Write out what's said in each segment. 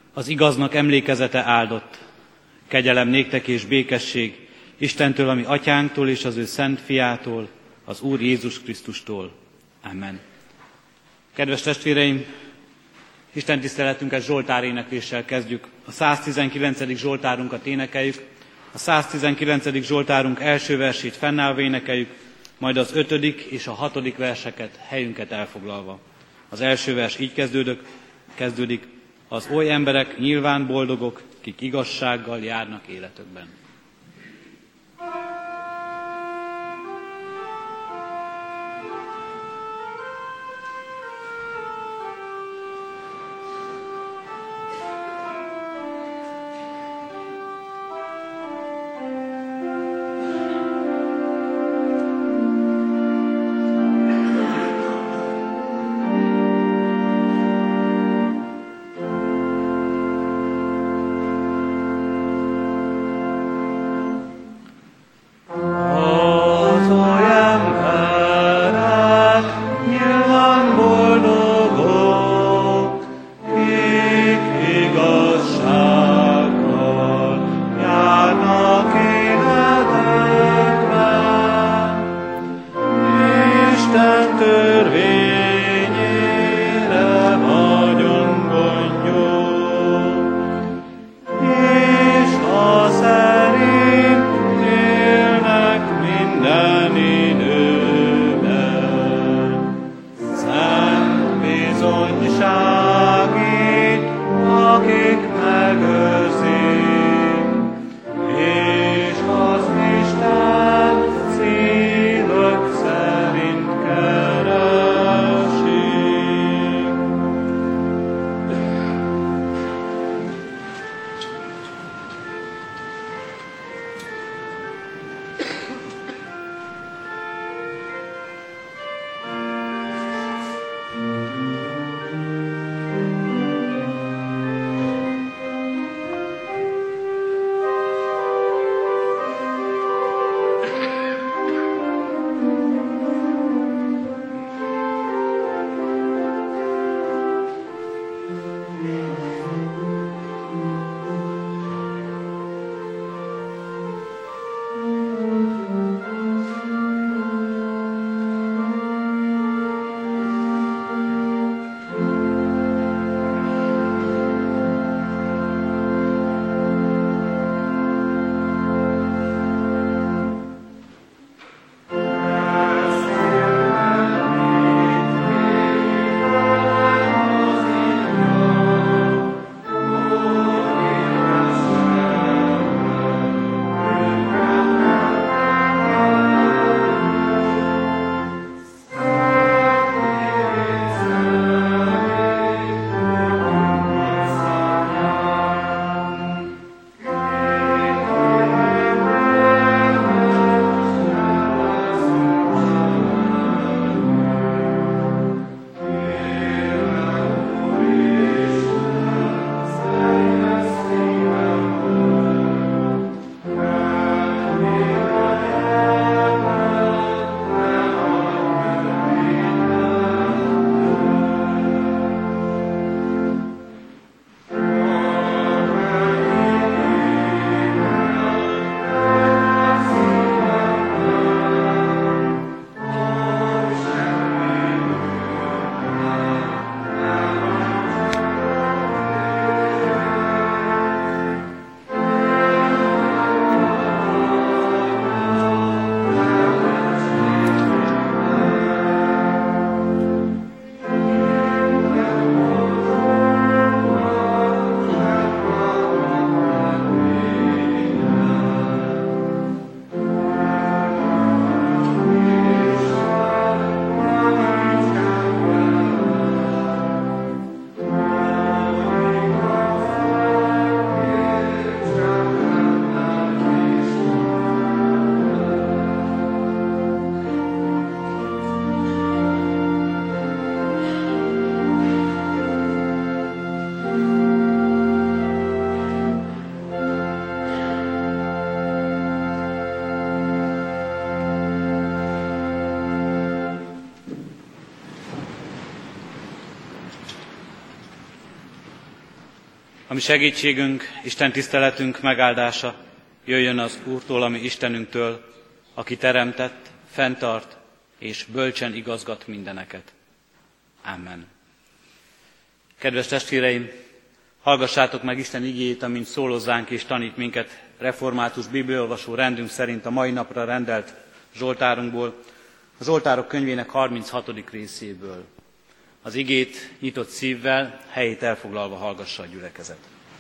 Az igaznak emlékezete áldott. Kegyelem néktek és békesség Istentől, ami atyánktól és az ő szent fiától, az Úr Jézus Krisztustól. Amen. Kedves testvéreim, Isten tiszteletünket Zsoltár énekléssel kezdjük. A 119. Zsoltárunkat énekeljük. A 119. Zsoltárunk első versét fennállva énekeljük, majd az 5. és a 6. verseket helyünket elfoglalva. Az első vers így kezdődik. Az oly emberek nyilván boldogok, kik igazsággal járnak életükben. Ami segítségünk, Isten tiszteletünk megáldása jöjjön az Úrtól, ami Istenünktől, aki teremtett, fenntart és bölcsen igazgat mindeneket. Amen. Kedves testvéreim, hallgassátok meg Isten igéjét, amint szólózzánk és tanít minket református bibliaolvasó rendünk szerint a mai napra rendelt Zsoltárunkból, a Zsoltárok könyvének 36. részéből. Az igét nyitott szívvel, helyét elfoglalva hallgassa a gyülekezet.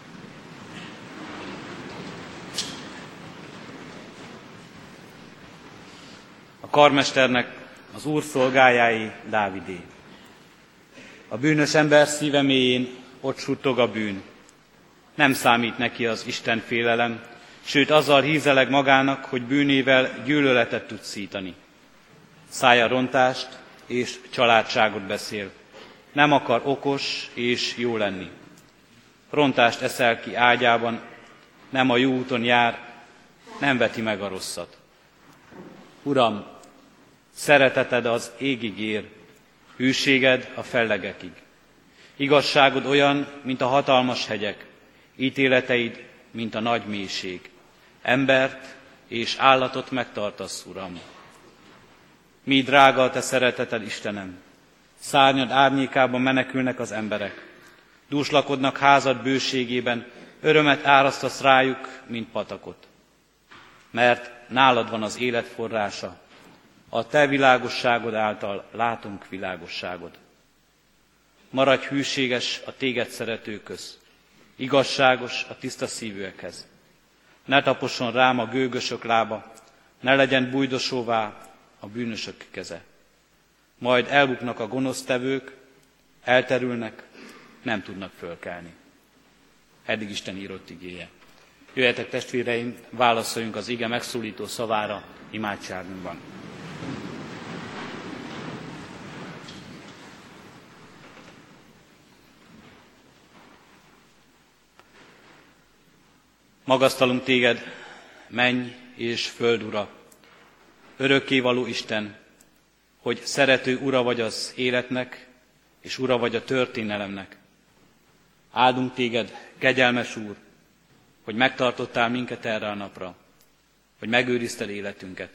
A karmesternek, az Úr szolgájái Dávidé. A bűnös ember szíve mélyén ott suttog a bűn. Nem számít neki az Isten félelem, sőt azzal hízeleg magának, hogy bűnével gyűlöletet tud szítani. Szája rontást és családságot beszél. Nem akar okos és jó lenni. Rontást eszel ki ágyában, nem a jó úton jár, nem veti meg a rosszat. Uram, szereteted az égig ér, hűséged a fellegekig. Igazságod olyan, mint a hatalmas hegyek, ítéleteid, mint a nagy mélység. Embert és állatot megtartasz, Uram. Mi drága a te szereteted, Istenem! Szárnyad árnyékában menekülnek az emberek. Dúslakodnak házad bőségében, örömet árasztasz rájuk, mint patakot. Mert nálad van az élet forrása, a te világosságod által látunk világosságod. Maradj hűséges a téged szeretőköz, igazságos a tiszta szívűekhez. Ne taposson rám a gőgösök lába, ne legyen bújdosóvá a bűnösök keze. Majd elbuknak a gonosztevők, elterülnek, nem tudnak fölkelni. Eddig Isten írott igéje. Jöjjetek testvéreim, válaszoljunk az ige megszólító szavára imádságunkban. Magasztalunk téged, menny és föld ura, örökkévaló Isten, hogy szerető ura vagy az életnek, és ura vagy a történelemnek. Áldunk téged, kegyelmes Úr, hogy megtartottál minket erre a napra, hogy megőrizted életünket.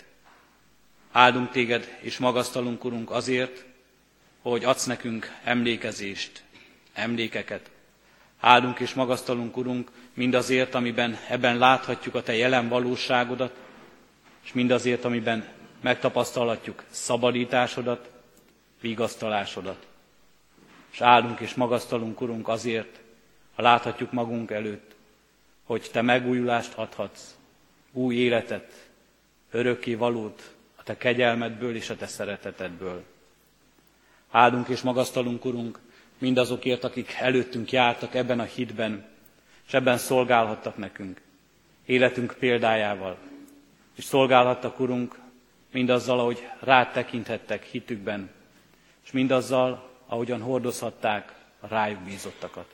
Áldunk téged, és magasztalunk, Urunk, azért, hogy adsz nekünk emlékezést, emlékeket. Áldunk és magasztalunk, Urunk, mindazért, amiben ebben láthatjuk a te jelen valóságodat, és mindazért, amiben megtapasztalhatjuk szabadításodat, vigasztalásodat. És áldunk és magasztalunk, Urunk, azért, ha láthatjuk magunk előtt, hogy te megújulást adhatsz, új életet, örökké valót a te kegyelmedből és a te szeretetedből. Áldunk és magasztalunk, Urunk, mindazokért, akik előttünk jártak ebben a hitben, és ebben szolgálhattak nekünk, életünk példájával, és szolgálhattak, Urunk, mindazzal, ahogy rád tekinthettek hitükben, és mindazzal, ahogyan hordozhatták a rájuk bízottakat.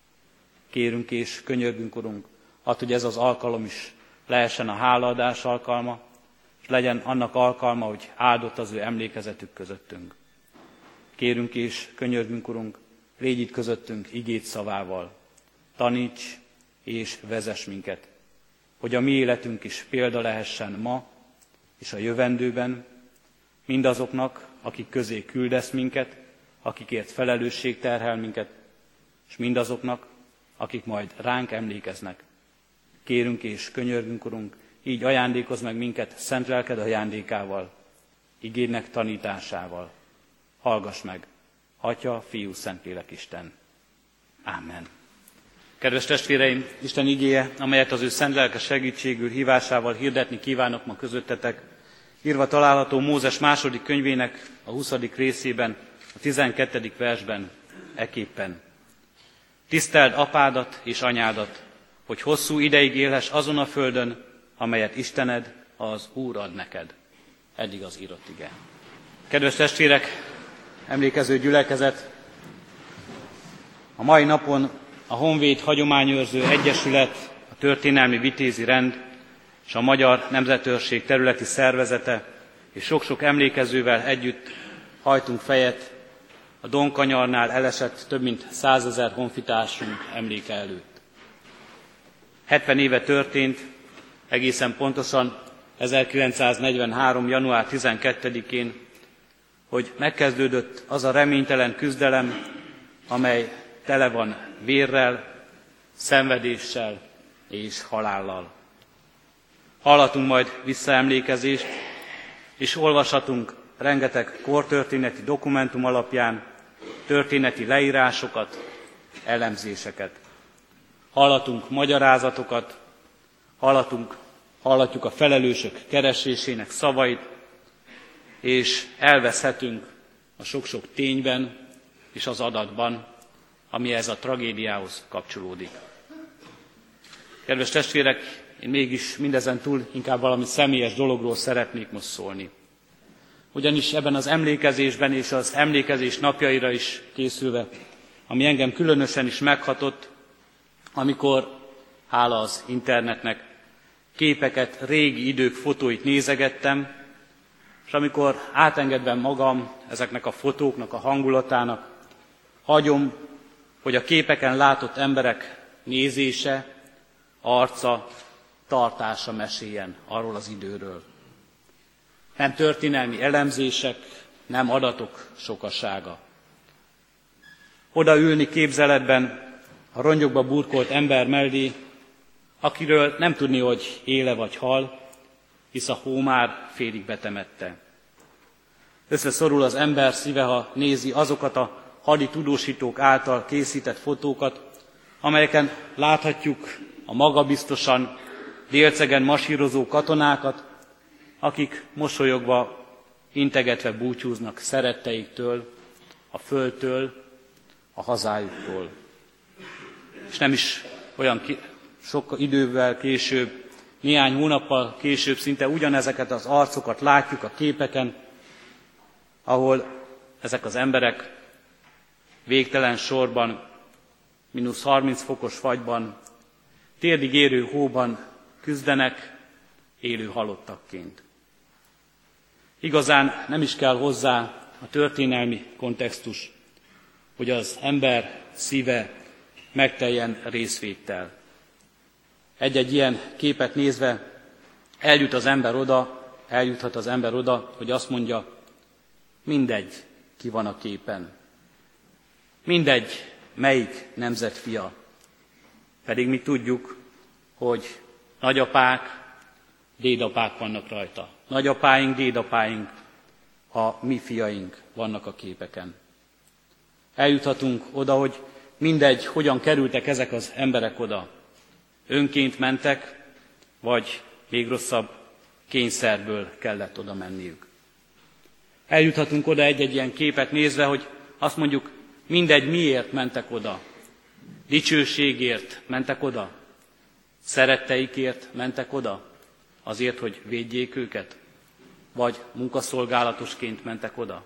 Kérünk és könyörgünk, Urunk, hogy ez az alkalom is lehessen a hálaadás alkalma, és legyen annak alkalma, hogy áldott az ő emlékezetük közöttünk. Kérünk és könyörgünk, Urunk, légy itt közöttünk igét szavával. Taníts és vezess minket, hogy a mi életünk is példa lehessen ma és a jövendőben mindazoknak, akik közé küldesz minket, akikért felelősség terhel minket, és mindazoknak, akik majd ránk emlékeznek. Kérünk és könyörgünk, Urunk, így ajándékozz meg minket szent lelked ajándékával, igédnek tanításával. Hallgass meg, Atya, Fiú, Szentlélek Isten. Ámen. Kedves testvéreim, Isten igéje, amelyet az ő szent lelke segítségül hívásával hirdetni kívánok ma közöttetek, írva található Mózes második könyvének a 20. részében, a 12. versben eképpen. Tiszteld apádat és anyádat, hogy hosszú ideig élhess azon a földön, amelyet Istened, az Úr ad neked. Eddig az írott ige. Kedves testvérek, emlékező gyülekezet, a mai napon a Honvéd Hagyományőrző Egyesület, a Történelmi Vitézi Rend és a Magyar Nemzetőrség területi szervezete és sok-sok emlékezővel együtt hajtunk fejet a Donkanyarnál elesett több mint 100 000 honfitársunk emléke előtt. 70 éve történt, egészen pontosan 1943. január 12-én, hogy megkezdődött az a reménytelen küzdelem, amely tele van vérrel, szenvedéssel és halállal. Hallhatunk majd visszaemlékezést, és olvashatunk rengeteg kortörténeti dokumentum alapján történeti leírásokat, elemzéseket. Hallhatunk magyarázatokat, hallhatjuk a felelősök keresésének szavait, és elveszhetünk a sok-sok tényben és az adatban, ami ez a tragédiához kapcsolódik. Kedves testvérek, én mégis mindezen túl inkább valami személyes dologról szeretnék most szólni. Ugyanis ebben az emlékezésben és az emlékezés napjaira is készülve, ami engem különösen is meghatott, amikor, hála az internetnek, képeket, régi idők fotóit nézegettem, és amikor átengedve magam ezeknek a fotóknak a hangulatának, hagyom, hogy a képeken látott emberek nézése, arca, tartása meséljen arról az időről. Nem történelmi elemzések, nem adatok sokasága. Odaülni képzeletben a rongyokba burkolt ember mellé, akiről nem tudni, hogy éle vagy hal, hisz a hó már félig betemette. Összeszorul az ember szíve, ha nézi azokat a hadi tudósítók által készített fotókat, amelyeken láthatjuk a magabiztosan délcegen masírozó katonákat, akik mosolyogva, integetve búcsúznak szeretteiktől, a földtől, a hazájuktól. És nem is olyan sok idővel később, néhány hónappal később szinte ugyanezeket az arcokat látjuk a képeken, ahol ezek az emberek végtelen sorban, -30 fokos fagyban, térdig érő hóban küzdenek élő halottakként. Igazán nem is kell hozzá a történelmi kontextus, hogy az ember szíve megteljen részvéttel. Egy-egy ilyen képet nézve eljuthat az ember oda, hogy azt mondja, mindegy, ki van a képen. Mindegy, melyik nemzet fia. Pedig mi tudjuk, hogy nagyapák, dédapák vannak rajta. Nagyapáink, dédapáink, a mi fiaink vannak a képeken. Eljuthatunk oda, hogy mindegy, hogyan kerültek ezek az emberek oda. Önként mentek, vagy még rosszabb, kényszerből kellett oda menniük. Eljuthatunk oda egy-egy ilyen képet nézve, hogy azt mondjuk, mindegy, miért mentek oda. Dicsőségért mentek oda. Szeretteikért mentek oda. Azért, hogy védjék őket. Vagy munkaszolgálatosként mentek oda.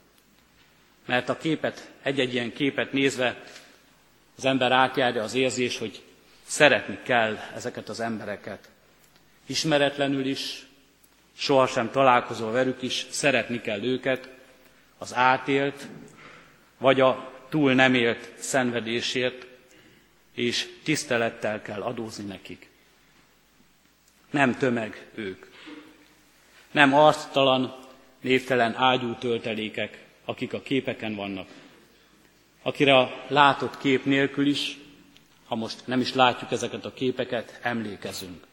Mert a képet, egy-egy ilyen képet nézve az ember átjárja az érzés, hogy szeretni kell ezeket az embereket. Ismeretlenül is, sohasem találkozol velük is, szeretni kell őket az átélt, vagy a túl nem élt szenvedésért, és tisztelettel kell adózni nekik. Nem tömeg ők. Nem arctalan, névtelen ágyú töltelékek, akik a képeken vannak. Akire a látott kép nélkül is, ha most nem is látjuk ezeket a képeket, emlékezünk.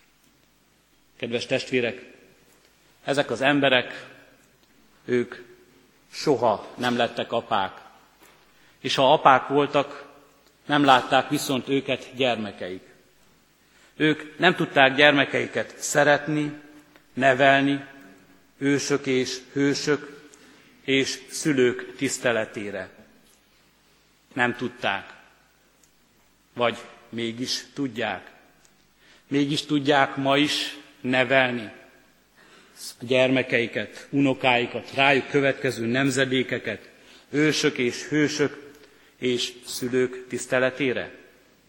Kedves testvérek, ezek az emberek, ők soha nem lettek apák. És ha apák voltak, nem látták viszont őket gyermekeik. Ők nem tudták gyermekeiket szeretni, nevelni, ősök és hősök és szülők tiszteletére. Nem tudták. Vagy mégis tudják. Mégis tudják ma is nevelni a gyermekeiket, unokáikat, rájuk következő nemzedékeket, ősök és hősök és szülők tiszteletére.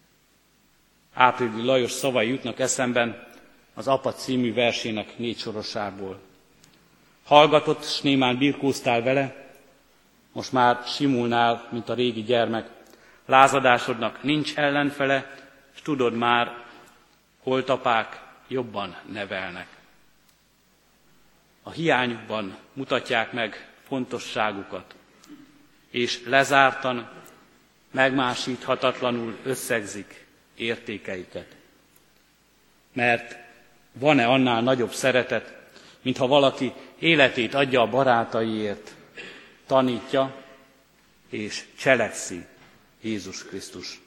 Áprildi Lajos szavai jutnak eszemben az Apa című versének 4 sorosából. Hallgatott, s némán birkóztál vele, most már simulnál, mint a régi gyermek. Lázadásodnak nincs ellenfele, s tudod már, holtapák jobban nevelnek. A hiányukban mutatják meg fontosságukat, és lezártan, megmásíthatatlanul összegzik értékeiket. Mert van-e annál nagyobb szeretet, mintha valaki életét adja a barátaiért, tanítja és cselekszi Jézus Krisztus.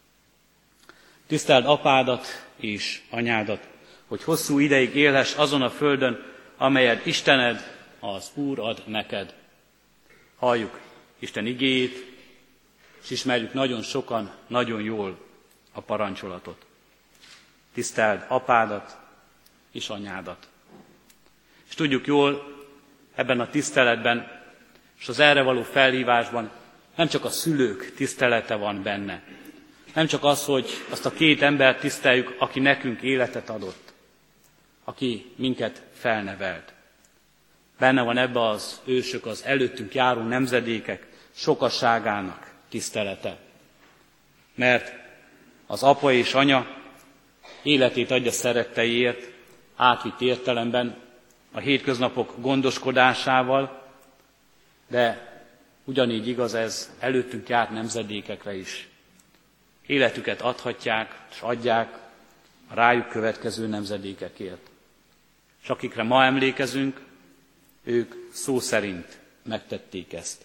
Tiszteld apádat és anyádat, hogy hosszú ideig élhess azon a földön, amelyet Istened, az Úr ad neked. Halljuk Isten igéjét, és ismerjük nagyon sokan, nagyon jól a parancsolatot. Tiszteld apádat és anyádat. És tudjuk jól, ebben a tiszteletben és az erre való felhívásban nem csak a szülők tisztelete van benne. Nem csak az, hogy azt a két embert tiszteljük, aki nekünk életet adott, aki minket felnevelt. Benne van ebbe az ősök, az előttünk járó nemzedékek sokasságának tisztelete. Mert az apa és anya életét adja szeretteiért, átvitt értelemben, a hétköznapok gondoskodásával, de ugyanígy igaz ez előttünk járt nemzedékekre is. Életüket adhatják és adják a rájuk következő nemzedékekért. És akikre ma emlékezünk, ők szó szerint megtették ezt.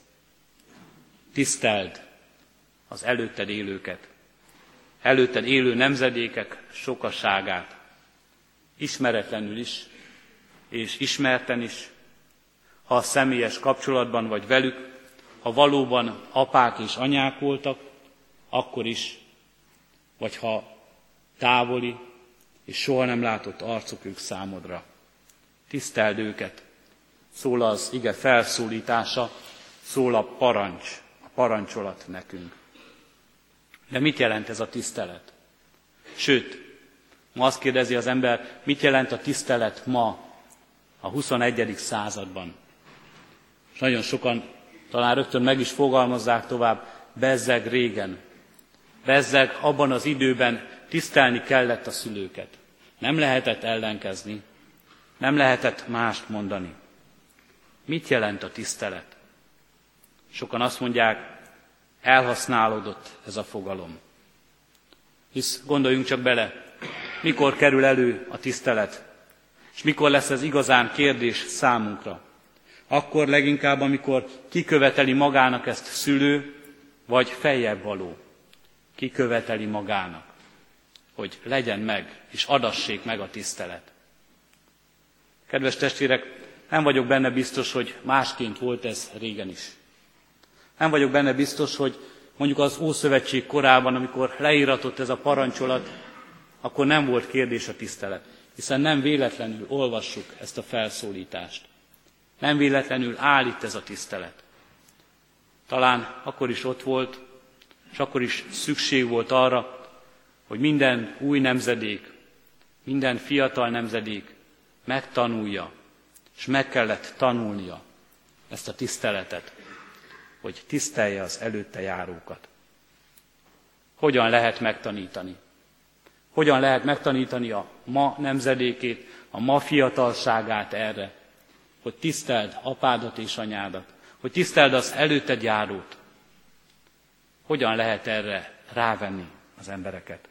Tiszteld az előtted élőket, előtted élő nemzedékek sokasságát, ismeretlenül is, és ismerten is, ha személyes kapcsolatban vagy velük, ha valóban apák és anyák voltak, akkor is, vagy ha távoli és soha nem látott arcuk ők számodra. Tiszteld őket, szól az ige felszólítása, szól a parancsolat nekünk. De mit jelent ez a tisztelet? Sőt, ma azt kérdezi az ember, mit jelent a tisztelet ma, a 21. században? És nagyon sokan talán rögtön meg is fogalmazzák tovább, bezzeg régen. Bezzeg abban az időben tisztelni kellett a szülőket. Nem lehetett ellenkezni, nem lehetett mást mondani. Mit jelent a tisztelet? Sokan azt mondják, elhasználódott ez a fogalom. Hisz gondoljunk csak bele, mikor kerül elő a tisztelet, és mikor lesz ez igazán kérdés számunkra. Akkor leginkább, amikor kiköveteli magának ezt szülő, vagy feljebb való. Kiköveteli magának, hogy legyen meg, és adassék meg a tisztelet. Kedves testvérek, nem vagyok benne biztos, hogy másként volt ez régen is. Nem vagyok benne biztos, hogy mondjuk az Ószövetség korában, amikor leíratott ez a parancsolat, akkor nem volt kérdés a tisztelet, hiszen nem véletlenül olvassuk ezt a felszólítást. Nem véletlenül áll itt ez a tisztelet. Talán akkor is ott volt, és akkor is szükség volt arra, hogy minden új nemzedék, minden fiatal nemzedék megtanulja, és meg kellett tanulnia ezt a tiszteletet, hogy tisztelje az előtte járókat. Hogyan lehet megtanítani? Hogyan lehet megtanítani a ma nemzedékét, a ma fiatalságát erre, hogy tiszteld apádat és anyádat, hogy tiszteld az előtted járót? Hogyan lehet erre rávenni az embereket?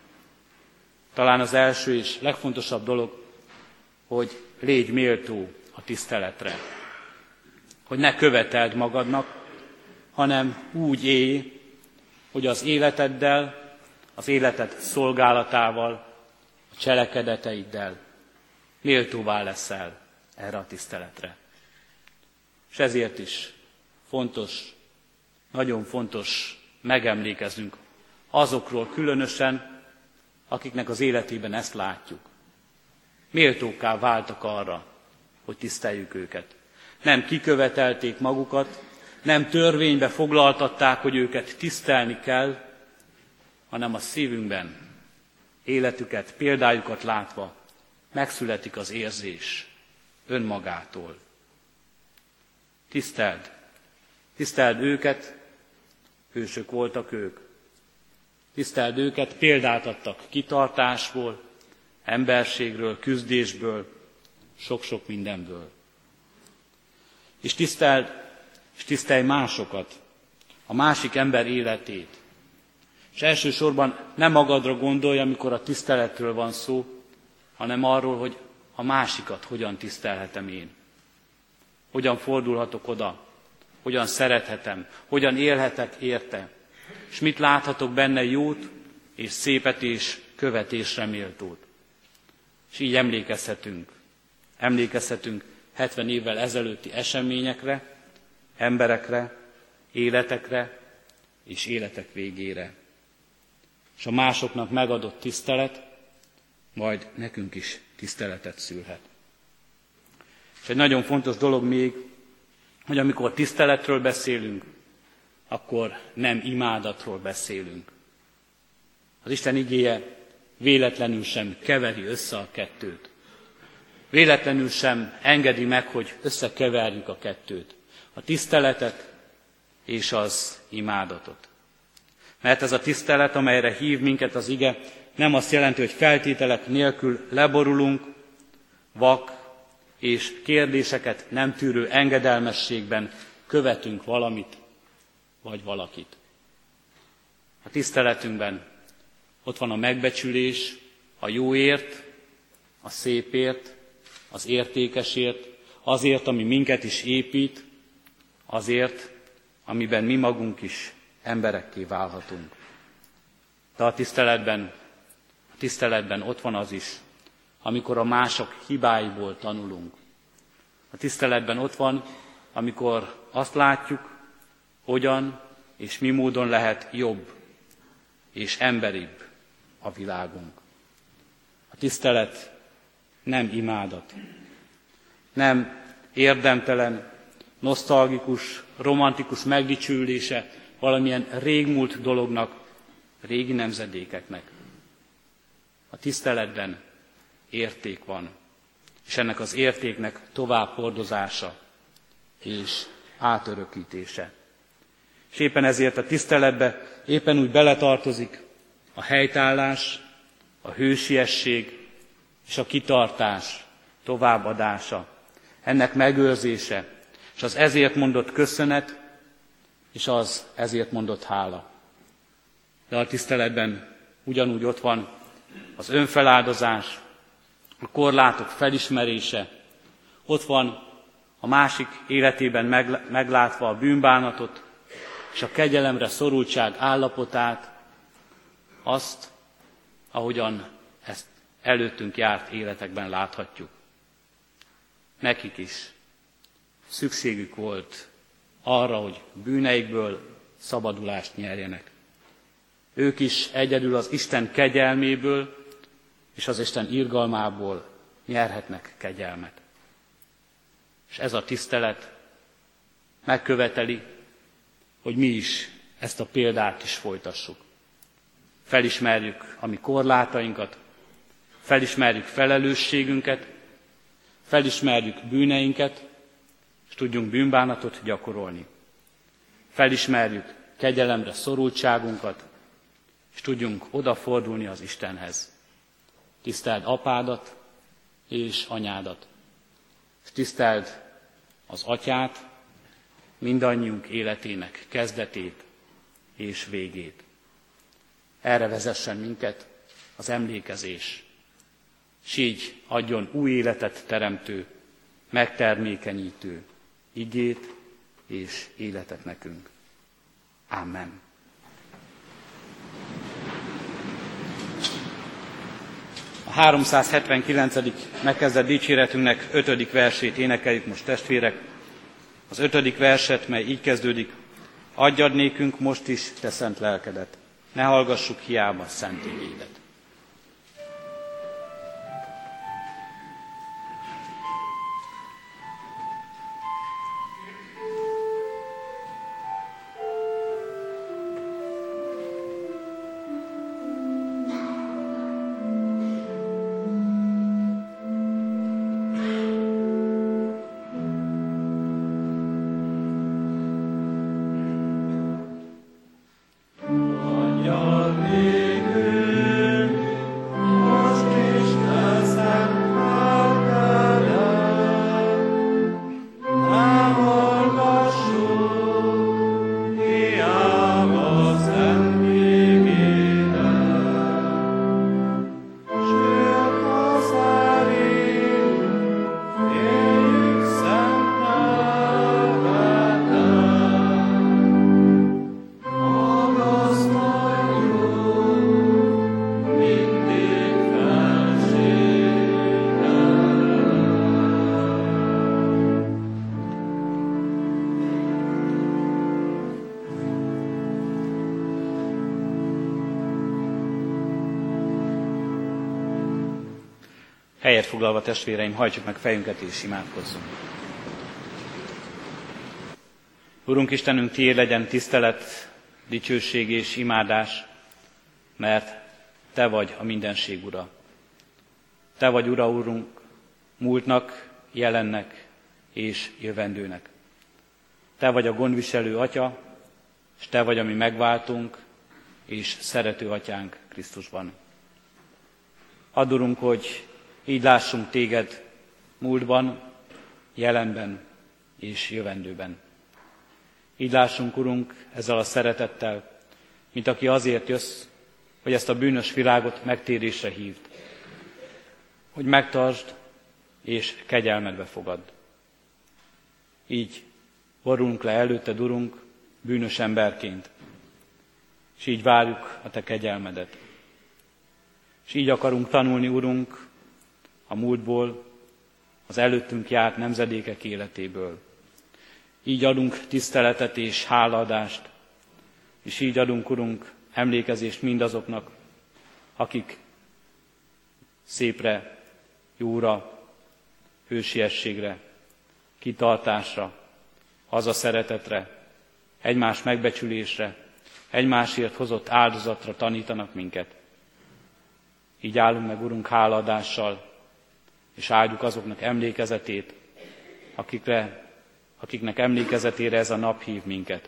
Talán az első és legfontosabb dolog, hogy légy méltó a tiszteletre. Hogy ne követeld magadnak, hanem úgy élj, hogy az életeddel, az életed szolgálatával, a cselekedeteiddel méltóvá leszel erre a tiszteletre. És ezért is fontos, nagyon fontos megemlékeznünk azokról különösen, akiknek az életében ezt látjuk. Méltókká váltak arra, hogy tiszteljük őket. Nem kikövetelték magukat, nem törvénybe foglaltatták, hogy őket tisztelni kell, hanem a szívünkben, életüket, példájukat látva megszületik az érzés önmagától. Tiszteld őket, hősök voltak ők. Tiszteld őket, példát adtak kitartásból, emberségről, küzdésből, sok-sok mindenből. És tisztelj másokat, a másik ember életét. És elsősorban nem magadra gondolj, amikor a tiszteletről van szó, hanem arról, hogy a másikat hogyan tisztelhetem én. Hogyan fordulhatok oda, hogyan szerethetem, hogyan élhetek érte, és mit láthatok benne jót és szépet és követésre méltót. És így emlékezhetünk 70 évvel ezelőtti eseményekre, emberekre, életekre és életek végére. És a másoknak megadott tisztelet majd nekünk is tiszteletet szülhet. És egy nagyon fontos dolog még, hogy amikor tiszteletről beszélünk, akkor nem imádatról beszélünk. Az Isten igéje véletlenül sem keveri össze a kettőt. Véletlenül sem engedi meg, hogy összekeverjük a kettőt. A tiszteletet és az imádatot. Mert ez a tisztelet, amelyre hív minket az ige, nem azt jelenti, hogy feltételek nélkül leborulunk, vak és kérdéseket nem tűrő engedelmességben követünk valamit vagy valakit. A tiszteletünkben ott van a megbecsülés, a jóért, a szépért, az értékesért, azért, ami minket is épít, azért, amiben mi magunk is emberekké válhatunk. De a tiszteletben ott van az is, amikor a mások hibáiból tanulunk. A tiszteletben ott van, amikor azt látjuk, hogyan és mi módon lehet jobb és emberibb a világunk. A tisztelet nem imádat, nem érdemtelen, nosztalgikus, romantikus megdicsőlése valamilyen régmúlt dolognak, régi nemzedékeknek. A tiszteletben érték van, és ennek az értéknek továbbhordozása és átörökítése. És éppen ezért a tiszteletbe éppen úgy beletartozik a helytállás, a hősiesség és a kitartás továbbadása, ennek megőrzése, és az ezért mondott köszönet, és az ezért mondott hála. De a tiszteletben ugyanúgy ott van az önfeláldozás, a korlátok felismerése, ott van a másik életében meglátva a bűnbánatot, és a kegyelemre szorultság állapotát, azt, ahogyan ezt előttünk járt életekben láthatjuk. Nekik is szükségük volt arra, hogy bűneikből szabadulást nyerjenek. Ők is egyedül az Isten kegyelméből és az Isten irgalmából nyerhetnek kegyelmet. És ez a tisztelet megköveteli, hogy mi is ezt a példát is folytassuk. Felismerjük a mi korlátainkat, felismerjük felelősségünket, felismerjük bűneinket, és tudjunk bűnbánatot gyakorolni. Felismerjük kegyelemre szorultságunkat, és tudjunk odafordulni az Istenhez. Tiszteld apádat és anyádat, és tiszteld az atyát, mindannyiunk életének kezdetét és végét. Erre vezessen minket az emlékezés, s így adjon új életet teremtő, megtermékenyítő igét és életet nekünk. Amen. A 379. megkezdett dicséretünknek 5. versét énekeljük most, testvérek. Az 5. verset, mely így kezdődik: adjad nékünk most is te szent lelkedet, ne hallgassuk hiába szent igédet. Adjad nékünk Helyet foglalva, testvéreim, hajtsuk meg fejünket és imádkozzunk. Urunk Istenünk, Tiéd legyen tisztelet, dicsőség és imádás, mert Te vagy a mindenség Ura. Te vagy, Ura, Urunk, múltnak, jelennek és jövendőnek. Te vagy a gondviselő Atya, és Te vagy a mi megváltunk és szerető Atyánk Krisztusban. Add, Urunk, hogy így lássunk Téged múltban, jelenben és jövendőben. Így lássunk, Urunk, ezzel a szeretettel, mint aki azért jössz, hogy ezt a bűnös világot megtérésre hívd, hogy megtartsd és kegyelmedbe fogadd. Így borulunk le előtted, Urunk, bűnös emberként, és így várjuk a Te kegyelmedet. És így akarunk tanulni, Urunk, a múltból, az előttünk járt nemzedékek életéből. Így adunk tiszteletet és hálaadást, és így adunk, Urunk, emlékezést mindazoknak, akik szépre, jóra, hősiességre, kitartásra, hazaszeretetre, egymás megbecsülésre, egymásért hozott áldozatra tanítanak minket. Így állunk meg, Urunk, hálaadással, és áldjuk azoknak emlékezetét, akiknek emlékezetére ez a nap hív minket.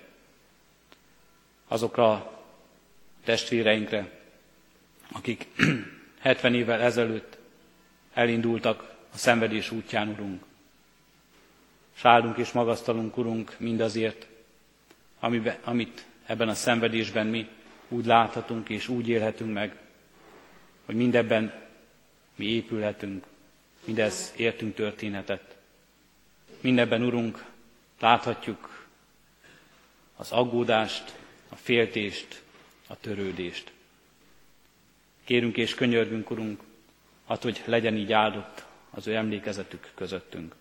Azokra a testvéreinkre, akik 70 évvel ezelőtt elindultak a szenvedés útján, Urunk. S áldunk és magasztalunk, Urunk, mindazért, amit ebben a szenvedésben mi úgy láthatunk és úgy élhetünk meg, hogy mindebben mi épülhetünk, mindez értünk történhetett. Mindebben, Urunk, láthatjuk az aggódást, a féltést, a törődést. Kérünk és könyörgünk, Urunk, hogy legyen így áldott az ő emlékezetük közöttünk.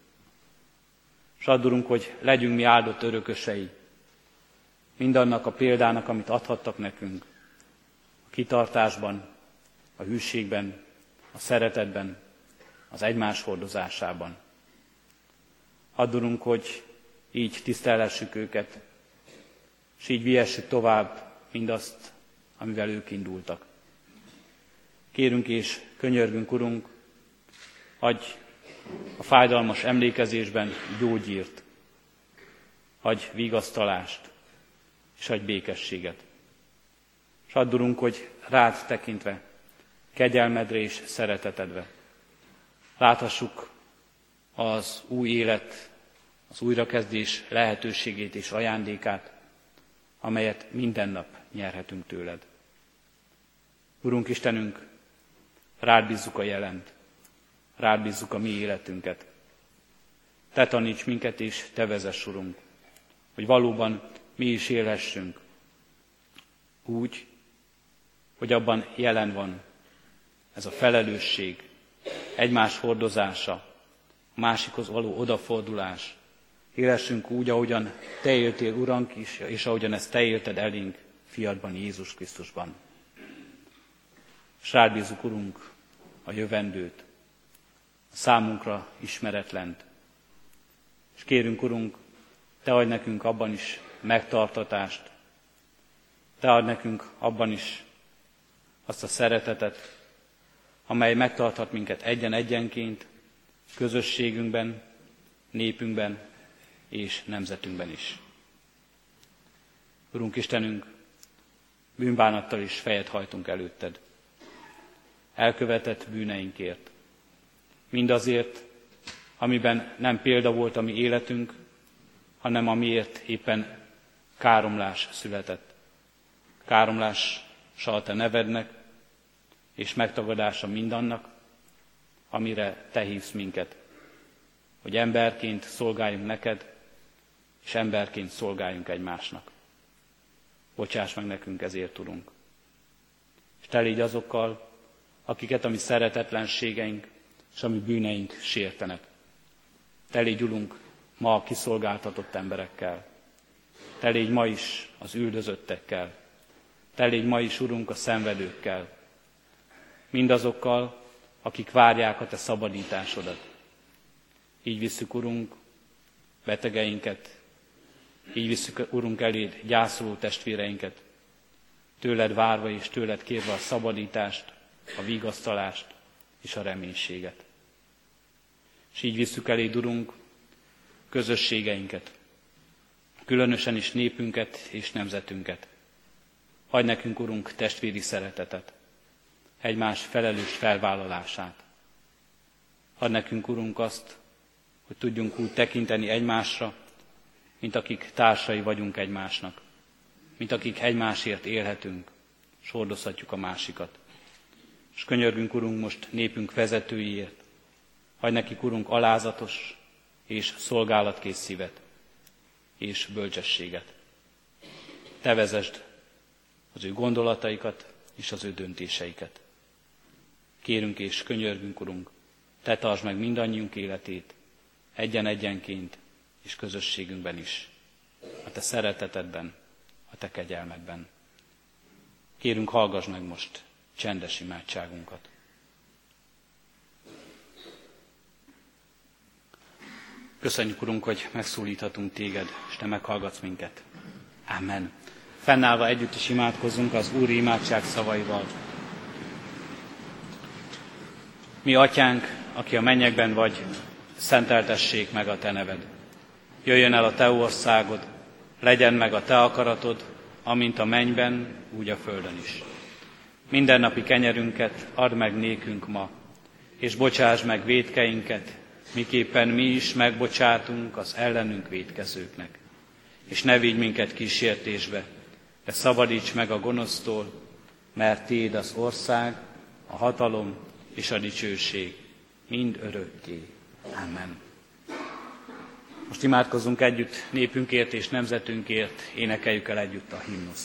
S add, Urunk, hogy legyünk mi áldott örökösei mindannak a példának, amit adhattak nekünk, a kitartásban, a hűségben, a szeretetben, az egymás hordozásában. Add, Urunk, hogy így tisztelhessük őket, és így vihessük tovább mindazt, amivel ők indultak. Kérünk és könyörgünk, Urunk, adj a fájdalmas emlékezésben gyógyírt, adj vigasztalást, és adj békességet. És add, Urunk, hogy rád tekintve, kegyelmedre és szeretetedre láthassuk az új élet, az újrakezdés lehetőségét és ajándékát, amelyet minden nap nyerhetünk tőled. Urunk Istenünk, rád bízzuk a jelent, rád bízzuk a mi életünket. Te taníts minket és Te vezess, Urunk, hogy valóban mi is élhessünk úgy, hogy abban jelen van ez a felelősség, egymás hordozása, a másikhoz való odafordulás. Élessünk úgy, ahogyan Te éltél, Urunk is, és ahogyan ezt Te élted elénk fiadban, Jézus Krisztusban. S rád bízzuk, Urunk, a jövendőt, a számunkra ismeretlent. És kérünk, Urunk, Te adj nekünk abban is megtartatást, Te adj nekünk abban is azt a szeretetet, amely megtarthat minket egyen-egyenként, közösségünkben, népünkben és nemzetünkben is. Urunk Istenünk, bűnbánattal is fejet hajtunk előtted. Elkövetett bűneinkért. Mindazért, amiben nem példa volt a mi életünk, hanem amiért éppen káromlás született. Káromlással a Te nevednek, és megtagadása mindannak, amire Te hívsz minket, hogy emberként szolgáljunk neked, és emberként szolgáljunk egymásnak. Bocsáss meg nekünk ezért, Urunk. És Te légy azokkal, akiket a mi szeretetlenségeink és a mi bűneink sértenek. Te légy, Urunk, ma a kiszolgáltatott emberekkel. Te légy ma is az üldözöttekkel. Te légy ma is, Urunk, a szenvedőkkel. Mindazokkal, akik várják a te szabadításodat. Így visszük, Urunk, betegeinket, így visszük, Urunk, eléd gyászoló testvéreinket, tőled várva és tőled kérve a szabadítást, a vigasztalást és a reménységet. És így visszük eléd, Urunk, közösségeinket, különösen is népünket és nemzetünket. Adj nekünk, Urunk, testvéri szeretetet, egymás felelős felvállalását. Add nekünk, Urunk, azt, hogy tudjunk úgy tekinteni egymásra, mint akik társai vagyunk egymásnak, mint akik egymásért élhetünk, és hordozhatjuk a másikat. És könyörgünk, Urunk, most népünk vezetőiért, adj nekik, Urunk, alázatos és szolgálatkész szívet és bölcsességet. Te vezesd az ő gondolataikat és az ő döntéseiket. Kérünk és könyörgünk, Urunk, te tartsd meg mindannyiunk életét, egyen-egyenként és közösségünkben is, a te szeretetedben, a te kegyelmedben. Kérünk, hallgass meg most csendes imádságunkat. Köszönjük, Urunk, hogy megszólíthatunk téged, és te meghallgatsz minket. Amen. Fennállva együtt is imádkozzunk az Úri imádság szavaival. Mi atyánk, aki a mennyekben vagy, szenteltessék meg a te neved. Jöjjön el a te országod, legyen meg a te akaratod, amint a mennyben, úgy a földön is. Mindennapi kenyerünket add meg nékünk ma, és bocsáss meg vétkeinket, miképpen mi is megbocsátunk az ellenünk vétkezőknek. És ne vigy minket kísértésbe, de szabadíts meg a gonosztól, mert tiéd az ország, a hatalom és a dicsőség mind örökké. Amen. Most imádkozzunk együtt népünkért és nemzetünkért, énekeljük el együtt a himnuszt.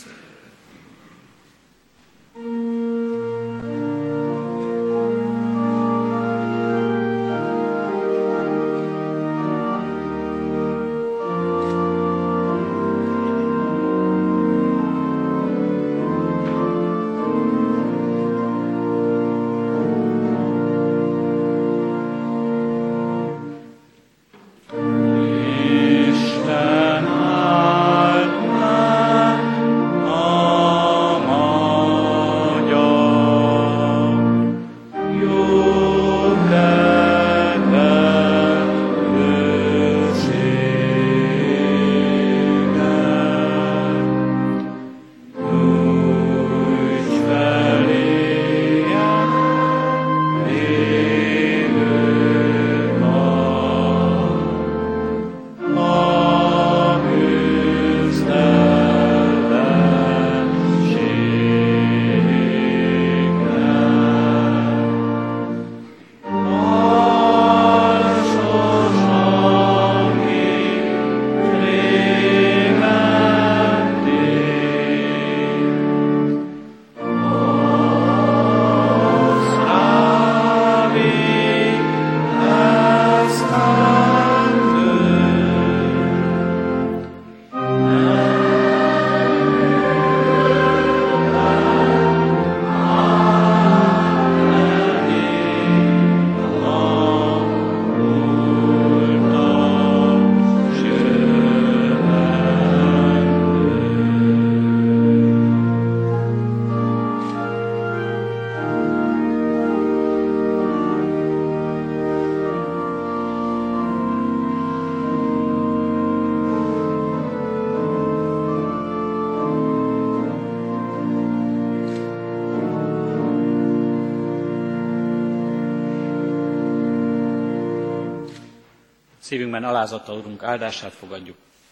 Szívünkben alázattal, Urunk, áldását fogadjuk.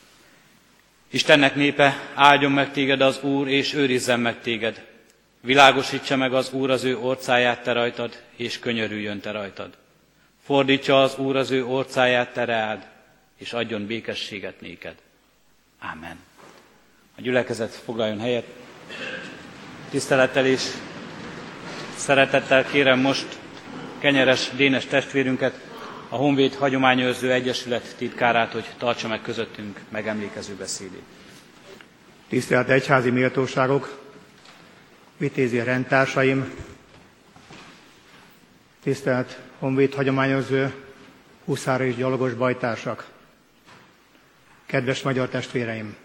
Istennek népe, áldjon meg téged az Úr, és őrizzen meg téged. Világosítsa meg az Úr az ő orcáját te rajtad, és könyörüljön te rajtad. Fordítsa az Úr az ő orcáját te reád, és adjon békességet néked. Ámen. A gyülekezet foglaljon helyet. Tisztelettel és szeretettel kérem most Kenyeres Dénes testvérünket, a Honvéd Hagyományőrző Egyesület titkárát, hogy tartsa meg közöttünk megemlékező beszédét. Tisztelt egyházi méltóságok, vitézi rendtársaim, Tisztelt honvéd hagyományozó, huszár és gyalogos bajtársak! Kedves magyar testvéreim!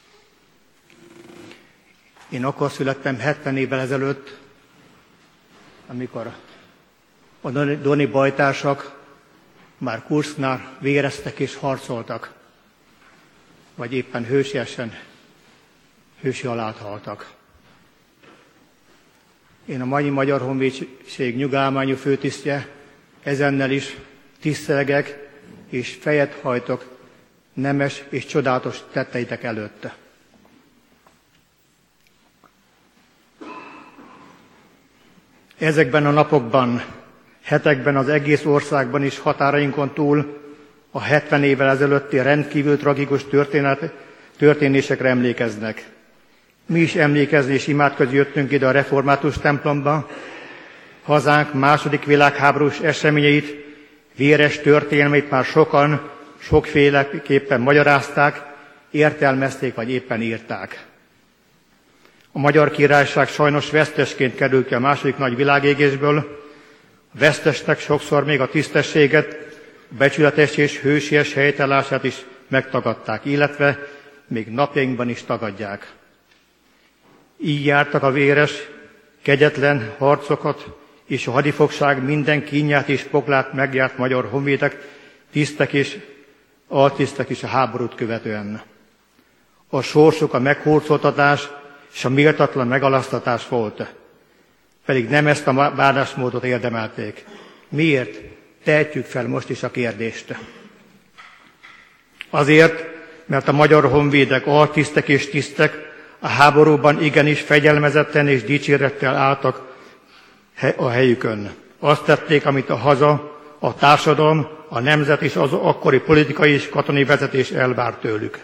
Én akkor születtem 70 évvel ezelőtt, amikor a doni bajtársak már Kurszknál véreztek és harcoltak, vagy éppen hősiesen hősi halált haltak. Én a mai Magyar Honvédség nyugállmányú főtisztje, ezennel is tisztelgek és fejet hajtok nemes és csodálatos tetteitek előtt. Ezekben a napokban, hetekben az egész országban is határainkon túl a 70 évvel ezelőtti rendkívül tragikus történésekre emlékeznek. Mi is emlékezni és imádkozni jöttünk ide a református templomba. Hazánk második világháborús eseményeit, véres történelmeit már sokan, sokféleképpen magyarázták, értelmezték vagy éppen írták. A Magyar Királyság sajnos vesztesként került ki a második nagy világégésből. A vesztesnek sokszor még a tisztességet, becsületes és hősies helytállását is megtagadták, illetve még napjainkban is tagadják. Így jártak a véres, kegyetlen harcokat és a hadifogság minden kínját és poklát megjárt magyar honvédek, tisztek és altisztek is a háborút követően. A sorsuk a meghurcoltatás és a méltatlan megalasztatás volt. Pedig nem ezt a bánásmódot érdemelték. Miért? Tehetjük fel most is a kérdést. Azért, mert a magyar honvédek, altisztek és tisztek a háborúban igenis fegyelmezetten és dicsérettel álltak a helyükön. Azt tették, amit a haza, a társadalom, a nemzet és az akkori politikai és katonai vezetés elvár tőlük.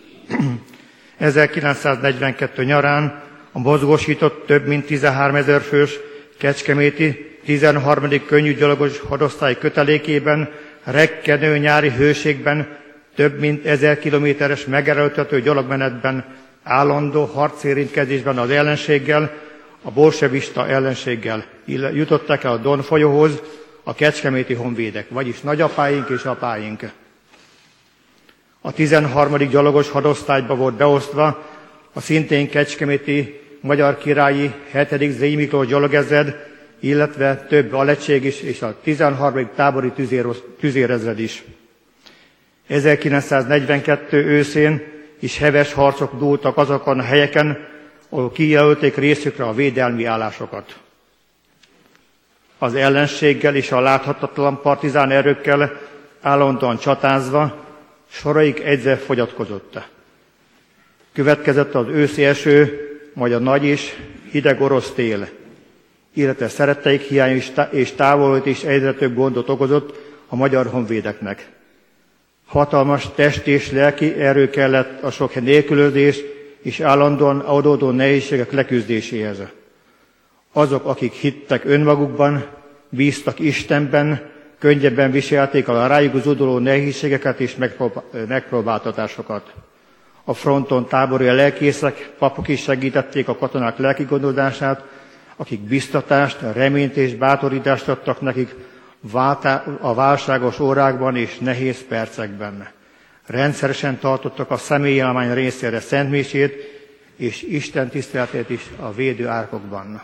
1942 nyarán a mozgósított több mint 13 000 fős kecskeméti 13. könnyűgyalogos hadosztály kötelékében, rekkenő nyári hőségben, több mint 1000 kilométeres megerőltető gyalogmenetben, állandó harcérintkezésben az ellenséggel, a bolsevista ellenséggel jutottak el a Don folyóhoz a kecskeméti honvédek, vagyis nagyapáink és apáink. A 13. gyalogos hadosztályba volt beosztva a szintén kecskeméti magyar királyi 7. Zény Miklós gyalogezred, illetve több alegység is, és a 13. tábori tüzérezred is. 1942 őszén is heves harcok dúltak azokon a helyeken, ahol kijelölték részükre a védelmi állásokat. Az ellenséggel és a láthatatlan partizán erőkkel állandóan csatázva, soraik egyre fogyatkozott. Következett az őszi eső, majd a nagy és hideg orosz tél, illetve szeretteik hiány és távolét is egyre több gondot okozott a magyar honvédeknek. Hatalmas testi és lelki erő kellett a sok nélkülözés és állandóan adódó nehézségek leküzdéséhez. Azok, akik hittek önmagukban, bíztak Istenben, könnyebben viselték a rájuk zúduló nehézségeket és megpróbáltatásokat. A fronton tábori lelkészek, papok is segítették a katonák lelki gondozását, akik biztatást, reményt és bátorítást adtak nekik a válságos órákban és nehéz percekben. Rendszeresen tartottak a személyállomány részére szentmisét és Isten tiszteletét is a védő árkokban.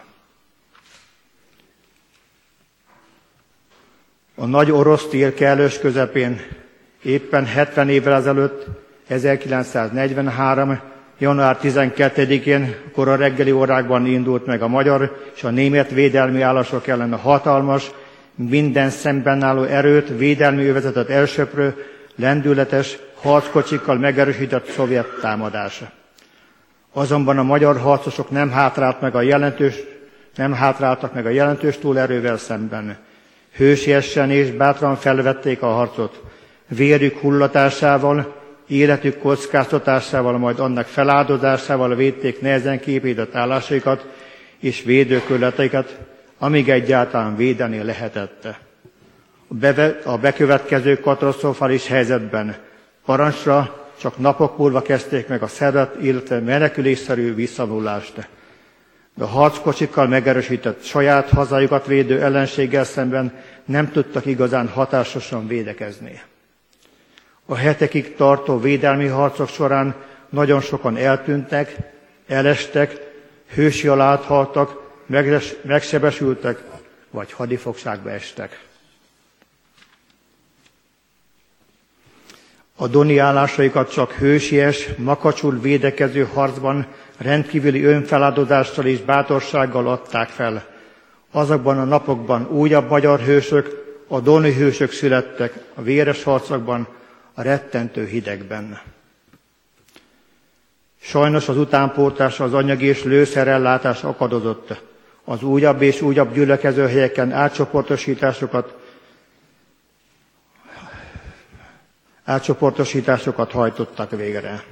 A nagy orosz tél kellős közepén éppen 70 évvel ezelőtt, 1943. január 12-én kora reggeli órákban indult meg a magyar és a német védelmi állások ellen a hatalmas, minden szemben álló erőt, védelmi övezetet elsöprő, lendületes, harckocsikkal megerősített szovjet támadás. Azonban a magyar harcosok nem hátráltak meg a jelentős túlerővel szemben. Hősiesen és bátran felvették a harcot. Vérük hullatásával, életük kockáztatásával, majd annak feláldozásával védték nehezen kiépített állásaikat és védőkörleteiket, amíg egyáltalán védeni lehetett. A bekövetkező katasztrofális helyzetben parancsra csak napok múlva kezdték meg a szervet, illetve menekülésszerű visszavonulást. De a harckocsikkal megerősített saját hazájukat védő ellenséggel szemben nem tudtak igazán hatásosan védekezni. A hetekig tartó védelmi harcok során nagyon sokan eltűntek, elestek, hősi alá haltak, megsebesültek, vagy hadifogságba estek. A doni állásaikat csak hősies, makacsul védekező harcban rendkívüli önfeláldozással és bátorsággal adták fel. Azokban a napokban újabb magyar hősök, a doni hősök születtek a véres harcokban, a rettentő hidegben. Sajnos az utánpótlás, az anyagi és lőszerellátás akadozott. Az újabb és újabb gyülekező helyeken átcsoportosításokat hajtottak végre.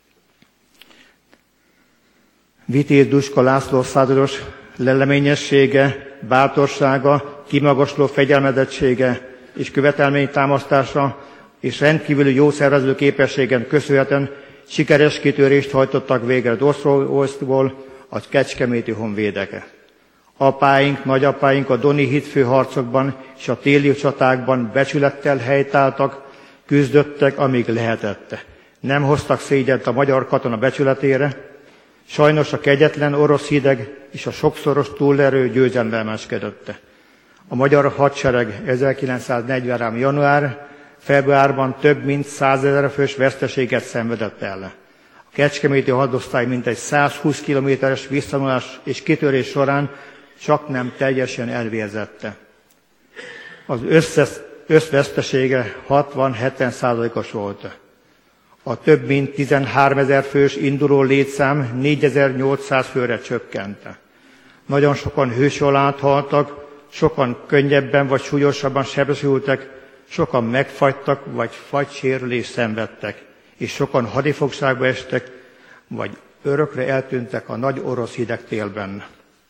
Vitéz Duska László százados leleményessége, bátorsága, kimagasló fegyelmezettsége és követelménytámasztása és rendkívüli jó szervező képességen köszönhetően sikeres kitörést hajtottak végre Dosztróvóból a kecskeméti honvédek. Apáink, nagyapáink a doni hitfőharcokban és a téli csatákban becsülettel helytáltak, küzdöttek, amíg lehetett. Nem hoztak szégyent a magyar katona becsületére. Sajnos a kegyetlen orosz hideg és a sokszoros túlerő győzelmeskedett. A magyar hadsereg 1943. január-februárban több mint 100 000 fős veszteséget szenvedett el. A kecskeméti hadosztály mintegy 120 kilométeres visszavonulás és kitörés során csak nem teljesen elvérzette. Az összvesztesége 60-70%-os volt. A több mint 13 000 fős induló létszám 4800 főre csökkent. Nagyon sokan hős alá haltak, sokan könnyebben vagy súlyosabban sebesültek, sokan megfagytak vagy fagysérülést szenvedtek, és sokan hadifogságba estek, vagy örökre eltűntek a nagy orosz hidegtélben.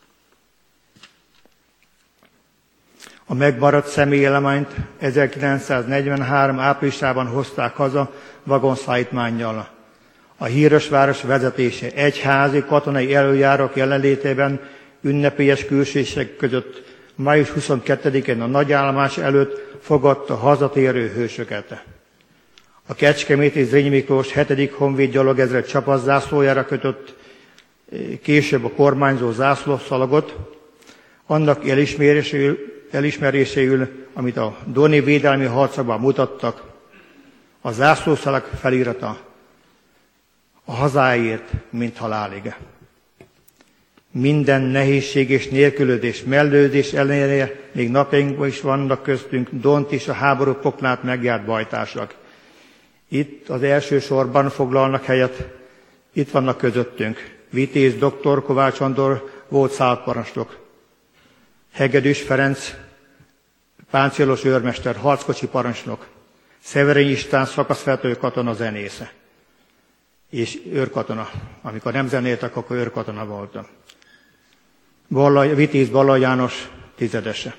A megmaradt személyelemányt 1943. áprilisában hozták haza vagonszállítmánnyal. A híres város vezetése egyházi katonai előjárók jelenlétében ünnepélyes külsések között május 22-én a nagyállomás előtt fogadta hazatérő hősöket. A kecskeméti Zrínyi Miklós 7. honvéd gyalogezred csapatzászlójára kötött később a kormányzó zászlószalagot, annak elismeréséül, amit a doni védelmi harcokban mutattak, a zászlószalag felirata a hazáért, mint halálig. Minden nehézség és nélkülödés, mellődés ellenére még napjainkban is vannak köztünk Dont és a háború poknát megjárt bajtársak. Itt az első sorban foglalnak helyet, itt vannak közöttünk. Vitéz dr. Kovács Andor volt szálparancsnok. Hegedűs Ferenc, páncélos őrmester, harckocsi parancsnok. Szeverény István szakaszvető katona zenésze. És őrkatona. Amikor nem zenéltek, akkor őrkatona voltam. Vitéz Balla János tizedese.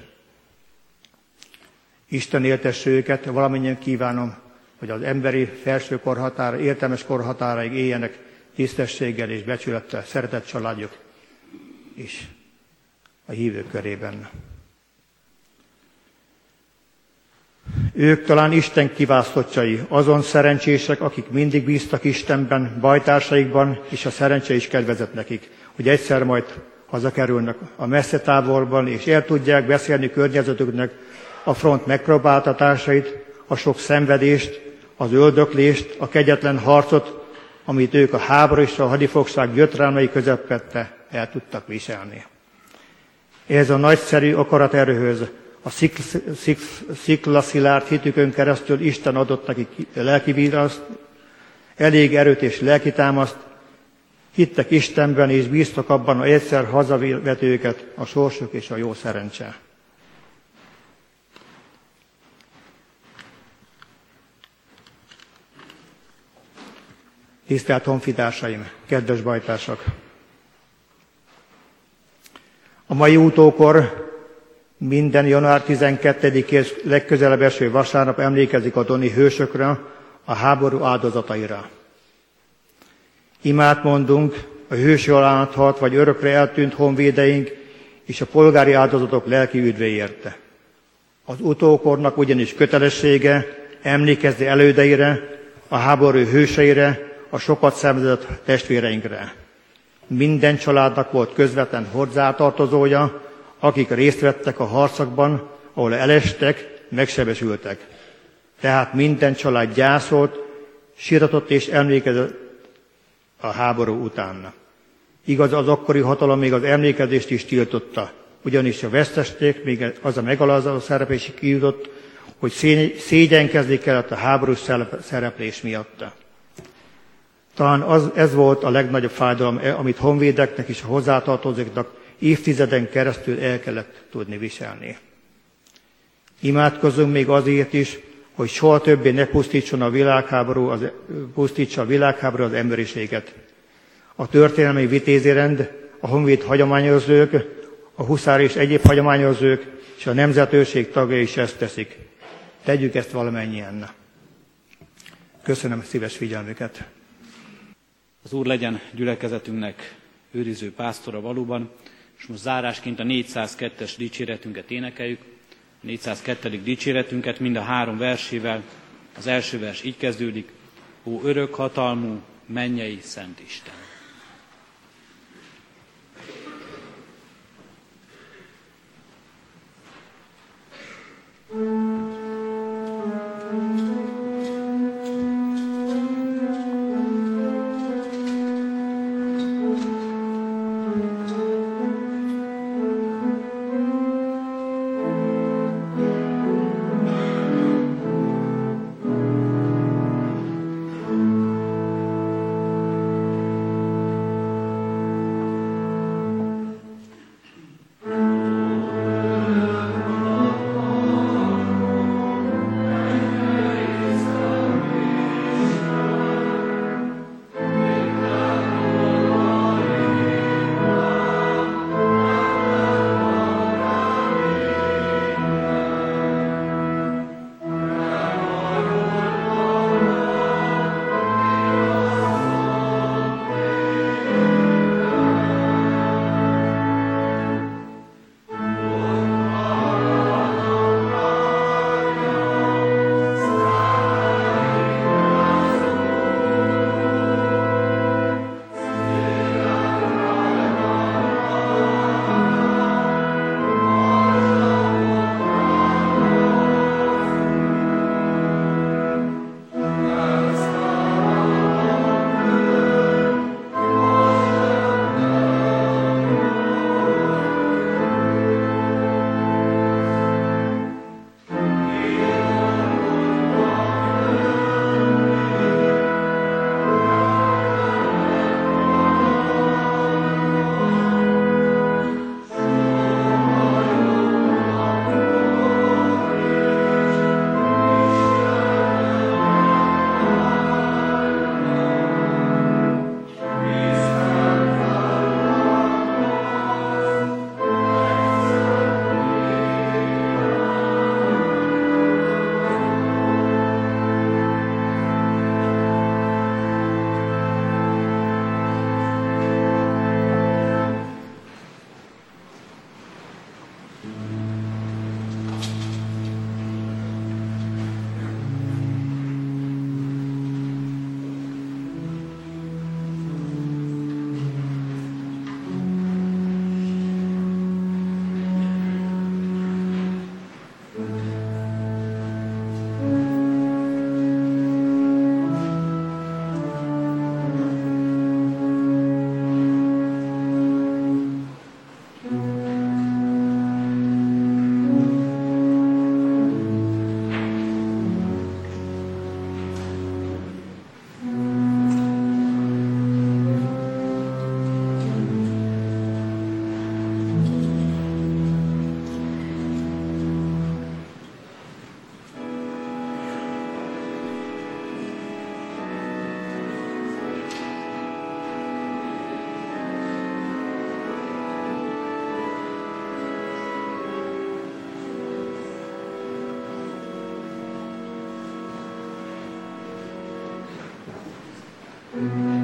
Isten éltesse őket, valamennyien kívánom, hogy az emberi felső korhatára, értelmes korhatáraig éljenek tisztességgel és becsülettel, szeretett családjuk is a hívők körében. Ők talán Isten kiválasztottjai, azon szerencsések, akik mindig bíztak Istenben, bajtársaikban, és a szerencse is kedvezett nekik, hogy egyszer majd hazakerülnek a messze távolban, és el tudják beszélni környezetüknek a front megpróbáltatásait, a sok szenvedést, az öldöklést, a kegyetlen harcot, amit ők a háború és a hadifogság gyötrelmei közepette el tudtak viselni. Ez a nagyszerű akaraterőhöz, a sziklaszilárd hitükön keresztül Isten adott nekik lelki vízaszt, elég erőt és lelki támaszt, hittek Istenben és bíztak abban, hogy egyszer hazavet őket a sorsuk és a jó szerencse. Tisztelt honfitársaim, kedves bajtársak! A mai utókor minden január 12-én legközelebb eső vasárnap emlékezik a doni hősökre, a háború áldozataira. Imát mondunk a hősi aláthalt vagy örökre eltűnt honvédeink és a polgári áldozatok lelki üdvéért. Az utókornak ugyanis kötelessége emlékezni elődeire, a háború hőseire, a sokat szenvedett testvéreinkre. Minden családnak volt közvetlen hozzátartozója, akik részt vettek a harcokban, ahol elestek, megsebesültek. Tehát minden család gyászolt, síratott és emlékezett a háború után. Igaz, az akkori hatalom még az emlékezést is tiltotta, ugyanis a vesztesték még az a megalázó szerep is kijutott, hogy szégyenkezni kellett a háborús szereplés miatt. Talán ez volt a legnagyobb fájdalom, amit honvédeknek és a hozzátartozóknak évtizeden keresztül el kellett tudni viselni. Imádkozzunk még azért is, hogy soha többé ne pusztítsa a világháború az emberiséget. A történelmi vitézirend, a honvéd hagyományőrzők, a huszár és egyéb hagyományőrzők és a nemzetőrség tagjai is ezt teszik. Tegyük ezt valamennyien. Köszönöm szíves figyelmüket. Az Úr legyen gyülekezetünknek őriző pásztora valóban, és most zárásként a 402-es dicséretünket énekeljük. A 402. dicséretünket mind a 3 versével. Az első vers így kezdődik: Ó örök hatalmú, mennyei szent Isten! Mm-hmm.